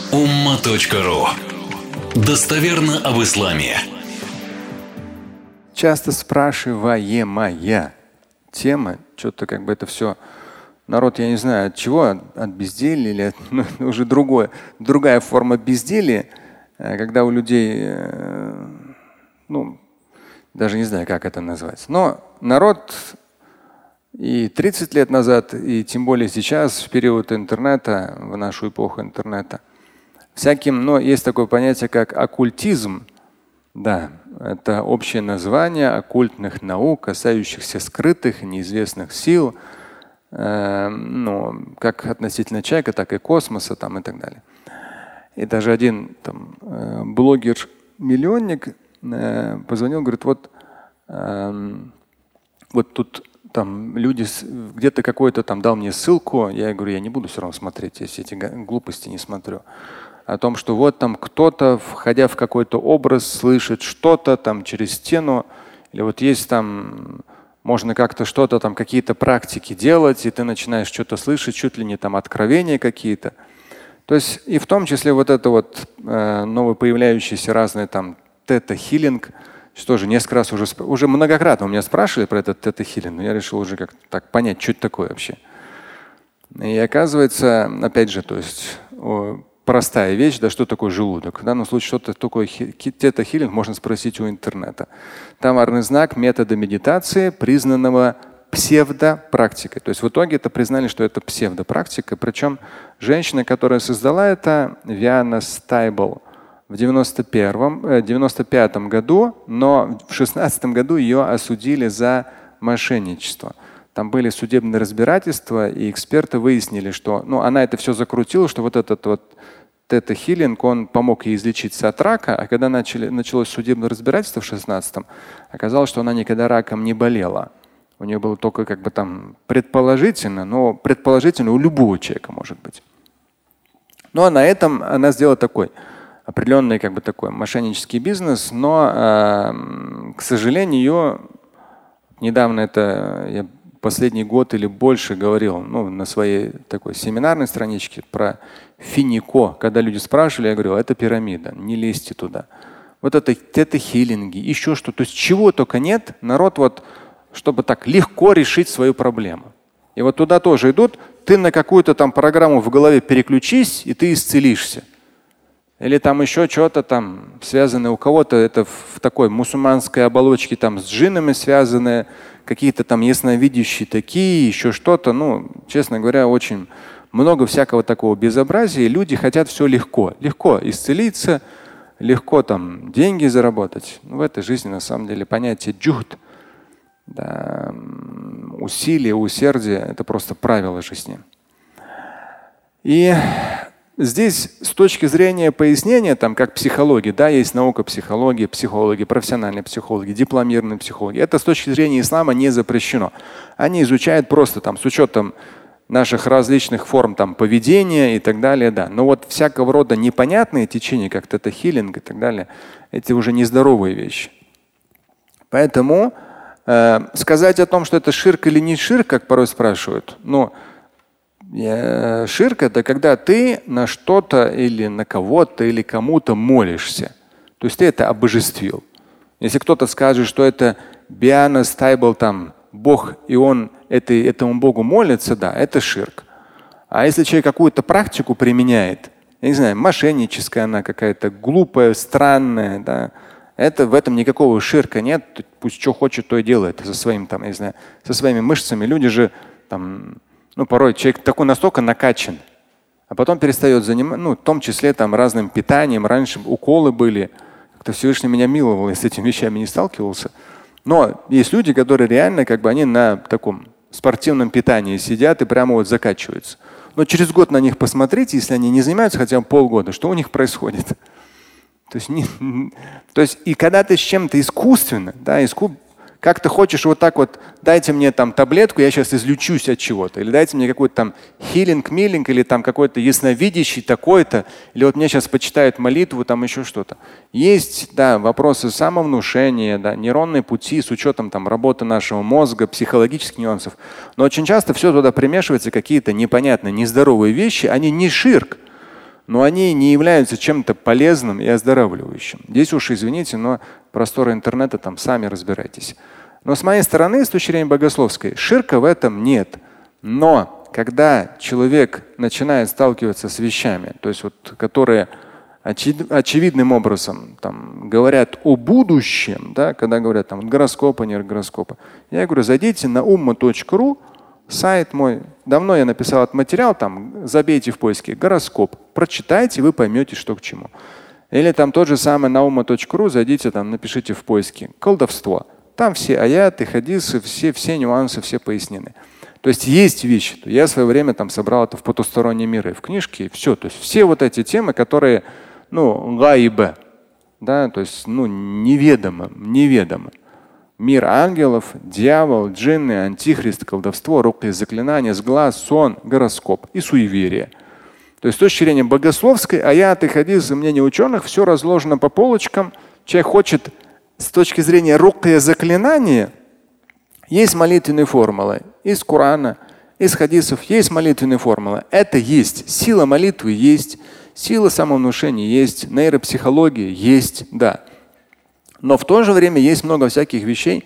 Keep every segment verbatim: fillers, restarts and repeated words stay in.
умма точка ру. Достоверно об исламе. Часто спрашиваемая тема, что-то как бы это все народ, я не знаю, от чего, от, от безделья или от, ну, уже другое, другая форма безделья, когда у людей, ну, даже не знаю, как это называется. Но народ и тридцать лет назад, и тем более сейчас, в период интернета, в нашу эпоху интернета, всяким, но есть такое понятие, как оккультизм. Да, это общее название оккультных наук, касающихся скрытых, неизвестных сил, э, ну, как относительно человека, так и космоса там, и так далее. И даже один там, э, блогер-миллионник э, позвонил, говорит, вот, э, вот тут там люди, где-то какой-то там дал мне ссылку, я говорю, я не буду все равно смотреть, если эти глупости не смотрю. О том, что вот там кто-то, входя в какой-то образ, слышит что-то там через стену, или вот есть там, можно как-то что-то там, какие-то практики делать, и ты начинаешь что-то слышать, чуть ли не там откровения какие-то. То есть и в том числе вот это вот э, новопоявляющиеся разные там тета-хилинг, что же несколько раз уже, уже многократно у меня спрашивали про этот тета-хилинг, но я решил уже как-то так понять, что это такое вообще. И оказывается, опять же, то есть простая вещь, да, что такое желудок. В данном случае что-то такое тета-хилинг можно спросить у интернета. Товарный знак метода медитации, признанного псевдопрактикой. То есть в итоге это признали, что это псевдопрактика. Причем женщина, которая создала это, Виана Стайбл, в девяносто первом, девяносто пятом году, но в шестнадцатом году ее осудили за мошенничество. Там были судебные разбирательства, и эксперты выяснили, что ну, она это все закрутила, что вот этот вот тета-хилинг, он помог ей излечиться от рака, а когда начали, началось судебное разбирательство в шестнадцатом, оказалось, что она никогда раком не болела. У нее было только как бы там предположительно, но предположительно у любого человека может быть. Ну а на этом она сделала такой определенный как бы такой мошеннический бизнес, но, э, к сожалению, недавно это я последний год или больше говорил ну, на своей такой семинарной страничке про финико. Когда люди спрашивали, я говорил, это пирамида, не лезьте туда. Вот это тета-хилинги, еще что. То есть чего только нет, народ вот, чтобы так легко решить свою проблему. И вот туда тоже идут, ты на какую-то там программу в голове переключись, и ты исцелишься. Или там еще что-то там связанное, у кого-то это в такой мусульманской оболочке там с джиннами связанное, какие-то там ясновидящие такие, еще что-то. Ну, честно говоря, очень много всякого такого безобразия. И люди хотят все легко. Легко исцелиться, легко там деньги заработать. В этой жизни на самом деле понятие джухд, да, усилие, усердие – это просто правило жизни. И здесь с точки зрения пояснения, там, как психологии, да, есть наука психологии, психологи, профессиональные психологи, дипломированные психологи. Это с точки зрения ислама не запрещено. Они изучают просто там, с учетом наших различных форм там, поведения и так далее. Да. Но вот всякого рода непонятные течения, как тета-хилинг и так далее, это уже нездоровые вещи. Поэтому э, сказать о том, что это ширк или не ширк, как порой спрашивают, ну, ширк – это когда ты на что-то или на кого-то или кому-то молишься. То есть ты это обожествил. Если кто-то скажет, что это Биана Стайбл, там Бог, и он это, этому Богу молится, да, это ширк. А если человек какую-то практику применяет, я не знаю, мошенническая она какая-то, глупая, странная, да, это, в этом никакого ширка нет. Пусть что хочет, то и делает со своим, там, я не знаю, со своими мышцами. Люди же там, ну, порой человек такой настолько накачан, а потом перестает заниматься, ну, в том числе там разным питанием. Раньше уколы были. Как-то Всевышний меня миловал, я с этими вещами не сталкивался. Но есть люди, которые реально как бы они на таком спортивном питании сидят и прямо вот закачиваются. Но через год на них посмотрите, если они не занимаются хотя бы полгода, что у них происходит. То есть, не, то есть и когда ты с чем-то искусственно, да, иску, как ты хочешь вот так вот, дайте мне там таблетку, я сейчас излечусь от чего-то. Или дайте мне какой-то там хилинг, милинг, или там какой-то ясновидящий такой-то. Или вот мне сейчас почитают молитву, там еще что-то. Есть, да, вопросы самовнушения, да, нейронные пути с учетом там работы нашего мозга, психологических нюансов. Но очень часто все туда примешивается какие-то непонятные, нездоровые вещи, они не ширк. но они не являются чем-то полезным и оздоравливающим. Здесь уж извините, но просторы интернета там сами разбирайтесь. Но с моей стороны, с точки зрения богословской, ширка в этом нет. Но когда человек начинает сталкиваться с вещами, то есть вот, которые очи- очевидным образом там, говорят о будущем, да, когда говорят там, гороскопа, не гороскопа, я говорю, зайдите на умма точка ру, сайт мой. Давно я написал этот материал, там забейте в поиске гороскоп, прочитайте, вы поймете, что к чему. Или там тот же самый на умма точка ру, зайдите, там напишите в поиске колдовство. Там все аяты, хадисы, все, все нюансы, все пояснены. То есть есть вещи. Я в свое время там собрал это в потусторонний мир и в книжке, и все. То есть все вот эти темы, которые, ну, гайбе, да, то есть, ну, неведомо, неведомо. Мир ангелов, дьявол, джинны, антихрист, колдовство, рукы, заклинания, сглаз, сон, гороскоп и суеверие. То есть с точки зрения богословской, аяты, хадисы, мнения ученых, все разложено по полочкам. Человек хочет с точки зрения рукы заклинания, есть молитвенные формулы из Корана, из хадисов, есть молитвенные формулы. Это есть. Сила молитвы есть, сила самовнушения есть, нейропсихология есть, да. Но в то же время есть много всяких вещей,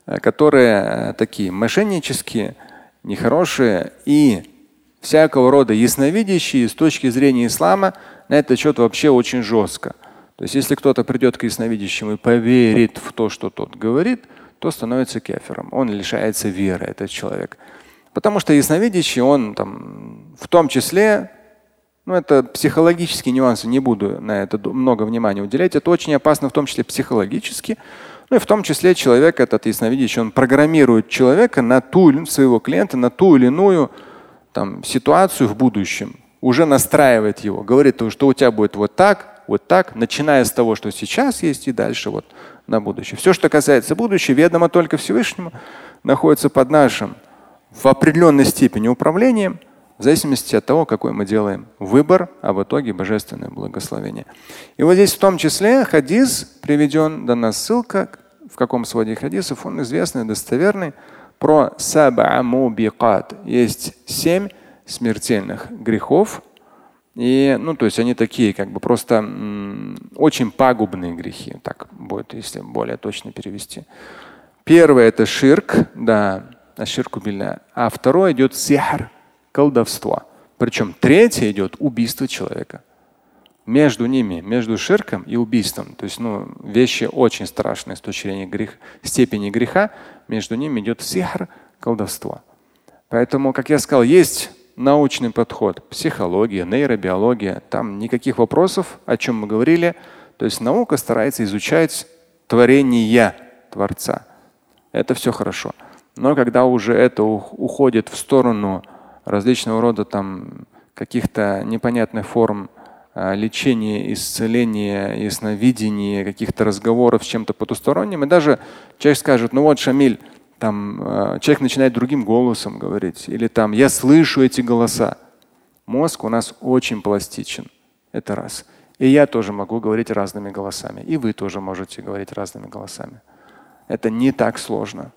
которые такие мошеннические, нехорошие и всякого рода ясновидящие с точки зрения ислама на этот счет вообще очень жестко. То есть если кто-то придет к ясновидящему и поверит в то, что тот говорит, то становится кефером. Он лишается веры, этот человек. Потому что ясновидящий, он там, в том числе, ну это психологические нюансы, не буду на это много внимания уделять. Это очень опасно, в том числе психологически. Ну и в том числе человек, этот ясновидящий, он программирует человека на ту, своего клиента на ту или иную там, ситуацию в будущем. Уже настраивает его. Говорит, что у тебя будет вот так, вот так, начиная с того, что сейчас есть, и дальше вот на будущее. Все, что касается будущего, ведомо только Всевышнему, находится под нашим в определенной степени управлением, в зависимости от того, какой мы делаем выбор, а в итоге божественное благословение. И вот здесь в том числе хадис приведен, дана ссылка, в каком своде хадисов, он известный, достоверный, про саб'a мубикат. Есть семь смертельных грехов. И, ну, то есть они такие, как бы просто м, очень пагубные грехи, так будет, если более точно перевести. Первое – это ширк, да, аширку билля. А второе идет сихр, колдовство. Причем третье идет убийство человека. Между ними, между ширком и убийством, то есть ну, вещи очень страшные с точки зрения грех, степени греха, между ними идет сихр, колдовство. Поэтому, как я сказал, есть научный подход, психология, нейробиология, там никаких вопросов, о чем мы говорили. То есть наука старается изучать творение Творца. Это все хорошо. Но когда уже это уходит в сторону различного рода там каких-то непонятных форм а, лечения, исцеления, ясновидения, каких-то разговоров с чем-то потусторонним, и даже человек скажет, ну вот, Шамиль, там э, человек начинает другим голосом говорить, или там я слышу эти голоса. Мозг у нас очень пластичен. Это раз. И я тоже могу говорить разными голосами. И вы тоже можете говорить разными голосами. Это не так сложно.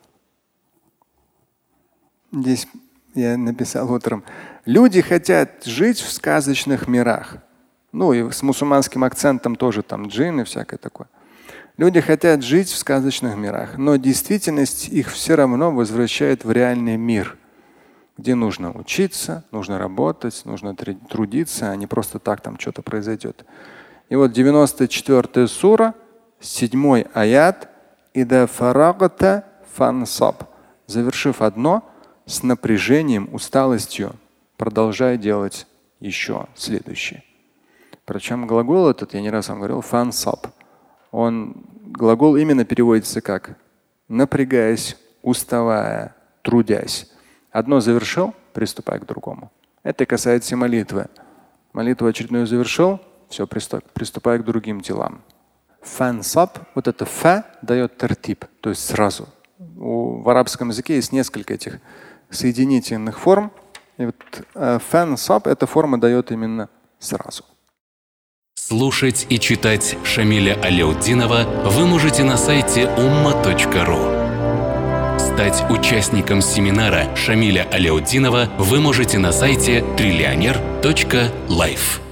Здесь я написал утром. Люди хотят жить в сказочных мирах. Ну и с мусульманским акцентом тоже там джинны, всякое такое. Люди хотят жить в сказочных мирах, но действительность их все равно возвращает в реальный мир, где нужно учиться, нужно работать, нужно трудиться, а не просто так там что-то произойдет. И вот девяносто четвёртая сура, седьмой аят, ида фарагата фансаб. Завершив одно, с напряжением, усталостью, продолжай делать еще следующее. Причем глагол этот, я не раз вам говорил, фансаб. Он, глагол именно переводится как напрягаясь, уставая, трудясь. Одно завершил, приступай к другому. Это касается и молитвы. Молитву очередную завершил, все, приступай к другим делам. Фансаб, вот это фа дает тартиб, то есть сразу. У, в арабском языке есть несколько этих соединительных форм. И вот э, фансаб, эта форма дает именно сразу. Слушать и читать Шамиля Аляутдинова вы можете на сайте умма точка ру. Стать участником семинара Шамиля Аляутдинова вы можете на сайте триллионер точка лайф.